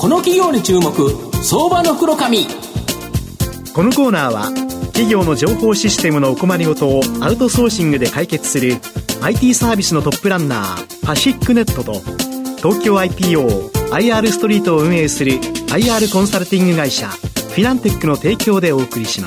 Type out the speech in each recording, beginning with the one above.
この企業に注目、相場の袋紙。 このコーナーは企業の情報システムのお困りごとをアウトソーシングで解決する IT サービスのトップランナーパシックネットと、東京 IPO、IR ストリートを運営する IR コンサルティング会社フィナンテックの提供でお送りします。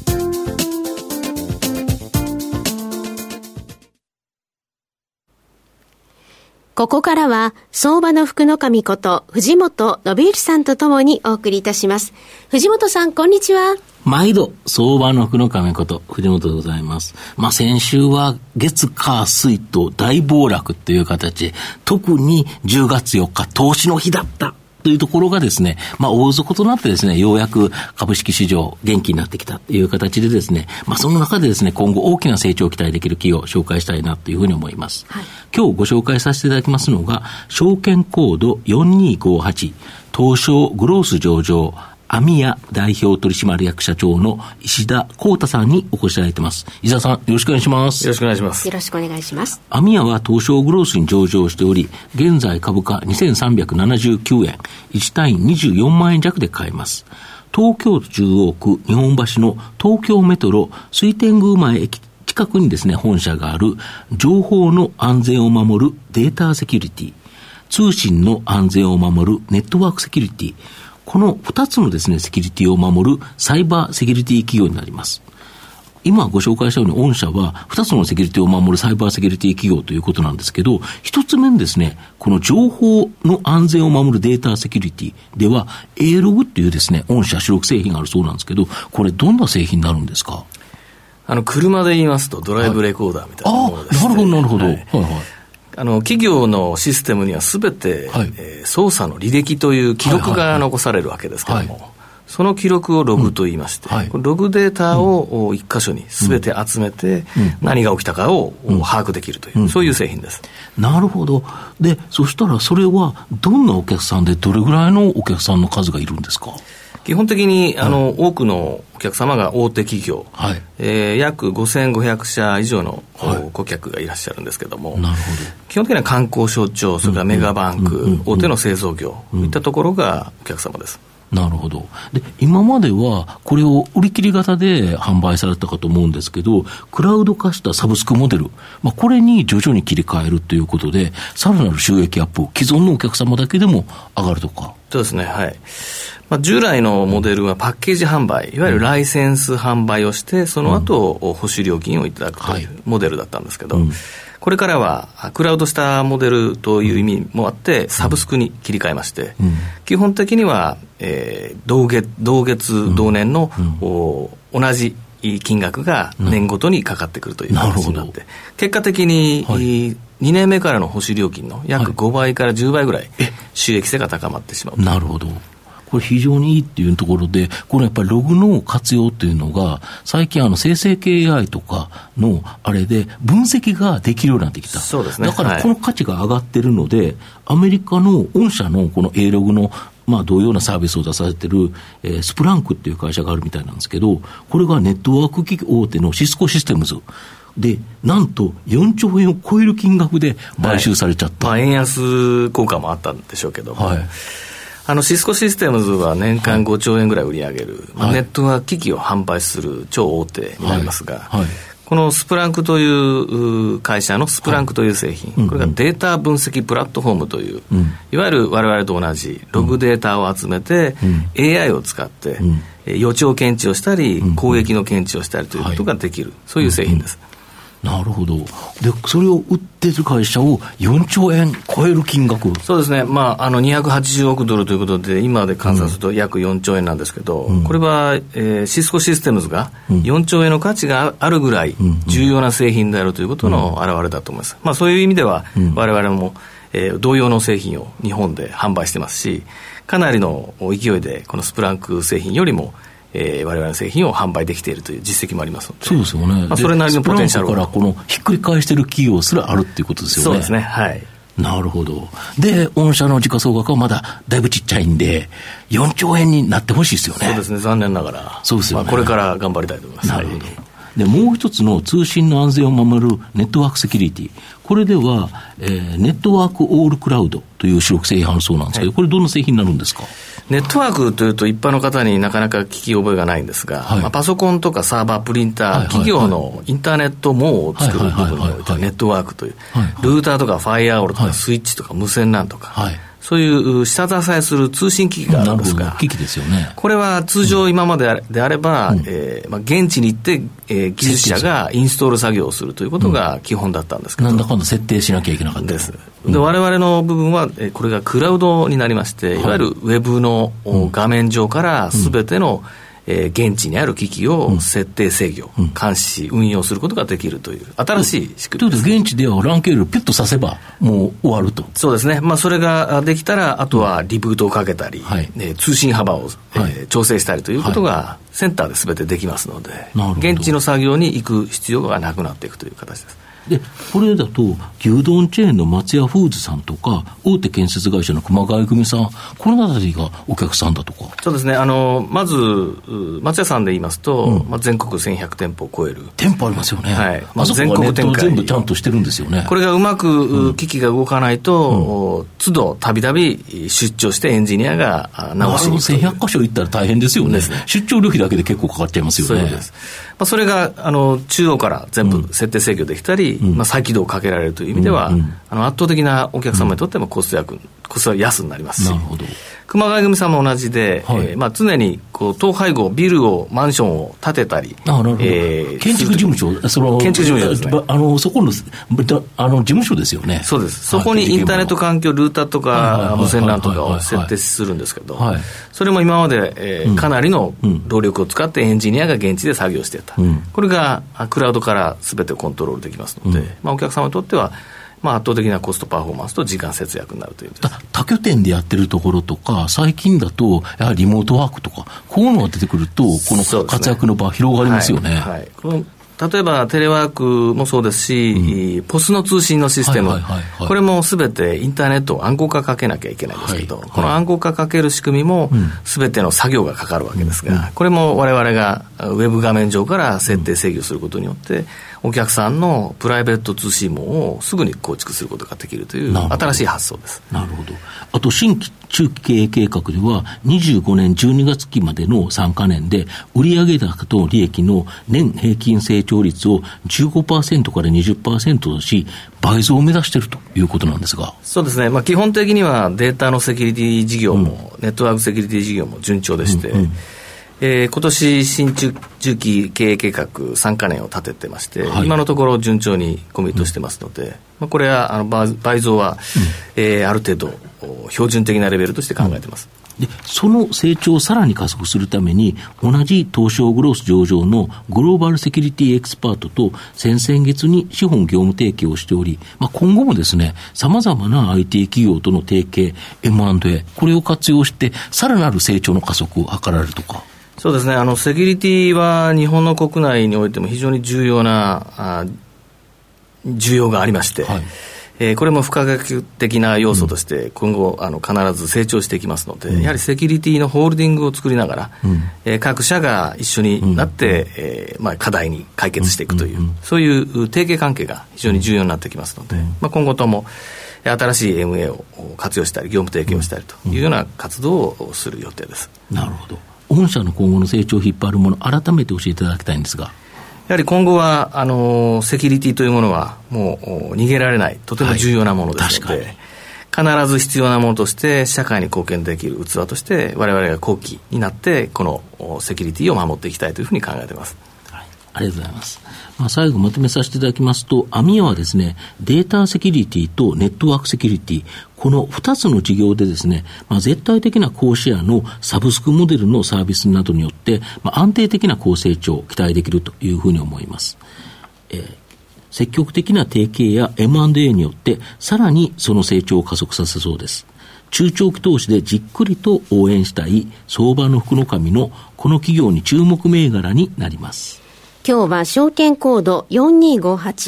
ここからは相場の福の神こと藤本信之さんとともにお送りいたします。藤本さん、こんにちは。 毎度相場の福の神こと藤本でございます。先週は月火水と大暴落という形で、特に10月4日投資の日だったというところがですね、大底となってですね、ようやく株式市場元気になってきたという形でですね、その中でですね、今後大きな成長を期待できる企業を紹介したいなというふうに思います。はい、今日ご紹介させていただきますのが、証券コード4258東証グロース上場アミヤ代表取締役社長の石田光太さんにお越しいただいています。石田さん、よろしくお願いします。 よろしくお願いします。 よろしくお願いします。 アミヤは東証グロースに上場しており、現在株価2379円、1単位24万円弱で買えます。東京都中央区日本橋の東京メトロ水天宮前駅近くにですね、本社がある情報の安全を守るデータセキュリティ、通信の安全を守るネットワークセキュリティ、この2つのですね、セキュリティを守るサイバーセキュリティ企業になります。今ご紹介したように御社は2つのセキュリティを守るサイバーセキュリティ企業ということなんですけど、1つ目にですね、この情報の安全を守るデータセキュリティでは A-Log っていうですね、御社主力製品があるそうなんですけど、これどんな製品になるんですか？ 車で言いますとドライブレコーダーみたいなものですね。 なるほどなるほど。はいはい。 企業のシステムにはすべて、操作の履歴という記録が残されるわけですけども、その記録をログと言いまして、このログデータを一箇所にすべて集めて、何が起きたかを把握できるという、そういう製品です。 なるほど。で、そしたらそれはどんなお客さんでどれぐらいのお客さんの数がいるんですか？ 基本的に多くのお客様が大手企業、約5500社以上の顧客がいらっしゃるんですけども、 なるほど。 基本的には観光省庁、それからメガバンク、大手の製造業といったところがお客様です。 なるほど。で、今まではこれを売り切り型で販売されたかと思うんですけど、クラウド化したサブスクモデル、これに徐々に切り替えるということで、さらなる収益アップ、既存のお客様だけでも上がるとか。 そうですね、はい。従来のモデルはパッケージ販売、いわゆるライセンス販売をして、その後、保守料金をいただくというモデルだったんですけど、これからはクラウドしたモデルという意味もあってサブスクに切り替えまして、基本的には、同月同年の、同じ金額が年ごとにかかってくるという形になって、結果的に、2年目からの保守料金の約5倍から10倍ぐらい収益性が高まってしまう。 なるほど。これ非常にいいっていうところで、このやっぱりログの活用っていうのが、最近生成系 AI とかのあれで分析ができるようになってきた。 そうですね。 だからこの価値が上がってるので、アメリカの御社のこの A ログの同様なサービスを出されてる、スプランクっていう会社があるみたいなんですけど、これがネットワーク機器大手のシスコシステムズで、なんと4兆円を超える金額で買収されちゃった。 円安効果もあったんでしょうけども、シスコシステムズは年間5兆円ぐらい売り上げる、ネットワーク機器を販売する超大手になりますが、このスプランクという会社のスプランクという製品、これがデータ分析プラットフォームという、いわゆる我々と同じログデータを集めて、AI を使って、予兆検知をしたり、攻撃の検知をしたりということができる、そういう製品です。 なるほど。で、それを売ってる会社を4兆円超える金額。 そうですね。280億ドルということで、今で換算すると約4兆円なんですけど、これは、シスコシステムズが4兆円の価値があるぐらい重要な製品であるということの表れだと思います。そういう意味では、我々も、同様の製品を日本で販売してますし、かなりの勢いでこのスプランク製品よりも我々の製品を販売できているという実績もありますので。 そうですよね。 それなりのポテンシャルスプランクからこのひっくり返している企業すらあるっていうことですよね。 そうですね。はい。 なるほど。で、御社の時価総額はまだだいぶちっちゃいんで、4兆円になってほしいですよね。 そうですね。残念ながら。 そうですよね。 これから頑張りたいと思います。 なるほど。 で、もう一つの通信の安全を守るネットワークセキュリティ。これでは、ネットワークオールクラウドという主力製品あるそうなんですけど、これどんな製品になるんですか？ ネットワークというと一般の方になかなか聞き覚えがないんですが、パソコンとかサーバー、プリンター、企業のインターネット網を作る部分においてはネットワークという、ルーターとかファイアウォールとかスイッチとか無線 LAN とか、そういう下支えする通信機器があるんですが、 機器ですよね。 これは通常今までであれば、現地に行って、技術者がインストール作業をするということが基本だったんですけど、 なんだかんだ設定しなきゃいけなかったです。で、我々の部分は、これがクラウドになりまして、いわゆるウェブの画面上から全ての、現地にある機器を設定制御、監視、運用することができるという新しい仕組みです。 ということで現地ではLAN経路をピュッとさせばもう終わると。 そうですね。それができたらあとはリブートをかけたり、通信幅を、調整したりということがセンターで全てできますので、現地の作業に行く必要がなくなっていくという形です。 で、これだと牛丼チェーンの松屋フーズさんとか大手建設会社の熊谷組さん、このあたりがお客さんだとか。 そうですね。まず松屋さんで言いますと、全国1100店舗を超える店舗ありますよね。 あそこはネット全部ちゃんとしてるんですよね。 これがうまく機器が動かないと、都度たびたび出張してエンジニアが直しに行くという。 1100箇所行ったら大変ですよね。出張料費だけで結構かかっちゃいますよね。 そうです。それが中央から全部設定制御できたり、再起動をかけられるという意味では、圧倒的なお客様にとってもコストは安になりますし、 なるほど。 熊谷組さんも同じで、常に統廃合、ビルを、マンションを建てたり、 建築事務所、 建築事務所ですね。 そこの事務所ですよね。 そうです。そこにインターネット環境、ルーターとか無線 LAN とかを設定するんですけど、それも今まで、かなりの労力を使ってエンジニアが現地で作業してた。これがクラウドから全てコントロールできますので、お客様にとっては、圧倒的なコストパフォーマンスと時間節約になるという多拠点でやってるところとか、最近だとやはりリモートワークとか、こういうのが出てくると、この活躍の場広がりますよね。 例えばテレワークもそうですし、ポスの通信のシステム、これもすべてインターネットを暗号化かけなきゃいけないんですけど、この暗号化かける仕組みもすべての作業がかかるわけですが、これも我々がウェブ画面上から設定制御することによって、お客さんのプライベート通信網をすぐに構築することができるという新しい発想です。 なるほど。あと新規中期経営計画では25年12月期までの3か年で売上高と利益の年平均成長率を 15% から 20% とし倍増を目指しているということなんですが。 そうですね。基本的にはデータのセキュリティ事業も、ネットワークセキュリティ事業も順調でして、今年新中期経営計画3か年を立ててまして、今のところ順調にコミットしてますので、これは倍増は、ある程度標準的なレベルとして考えています。 でその成長をさらに加速するために同じ東証グロース上場のグローバルセキュリティエキスパートと先々月に資本業務提携をしており、今後もですね様々な IT 企業との提携 M&A これを活用してさらなる成長の加速を図られるとか。 そうですね。セキュリティは日本の国内においても非常に重要な需要がありまして、これも不可逆的な要素として今後必ず成長していきますので、やはりセキュリティのホールディングを作りながら、各社が一緒になって、課題に解決していくという、そういう提携関係が非常に重要になってきますので、今後とも新しい MA を活用したり業務提携をしたりというような活動をする予定です。 なるほど。御社の今後の成長を引っ張るもの改めて教えていただきたいんですが。 やはり今後はセキュリティというものはもう逃げられないとても重要なものですので、必ず必要なものとして社会に貢献できる器として我々が後期になってこのセキュリティを守っていきたいというふうに考えています。 ありがとうございます。最後まとめさせていただきますと、アミヤはですね、データセキュリティとネットワークセキュリティ、この2つの事業でですね、絶対的な高シェアのサブスクモデルのサービスなどによって、安定的な高成長を期待できるというふうに思います。積極的な提携や M&A によってさらにその成長を加速させそうです。中長期投資でじっくりと応援したい相場の福の神のこの企業に注目銘柄になります。 今日は証券コード4258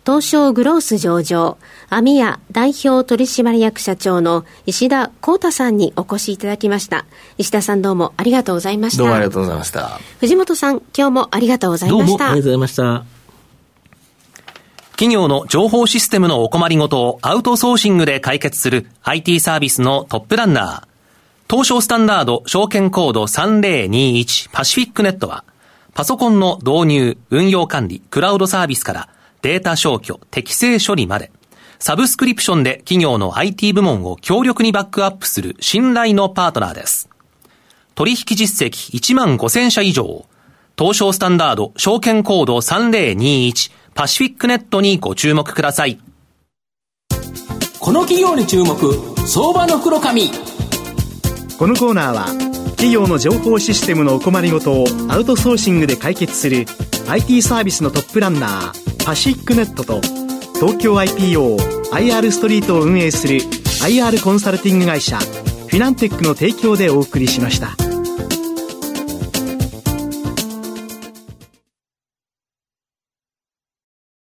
東証グロース上場アミヤ代表取締役社長の石田光太さんにお越しいただきました。石田さんどうもありがとうございました。 どうもありがとうございました。 藤本さん今日もありがとうございました。 どうもありがとうございました。 企業の情報システムのお困りごとをアウトソーシングで解決する IT サービスのトップランナー。東証スタンダード証券コード3021パシフィックネットは、パソコンの導入、運用管理、クラウドサービスからデータ消去、適正処理まで、サブスクリプションで企業の IT 部門を強力にバックアップする信頼のパートナーです。取引実績1万5000社以上、東証スタンダード証券コード3021パシフィックネットにご注目ください。 この企業に注目、相場の袋紙。 このコーナーは企業の情報システムのお困りごとをアウトソーシングで解決する IT サービスのトップランナーパシフィックネットと、東京 IPO、IR ストリートを運営する IR コンサルティング会社フィナンテックの提供でお送りしました。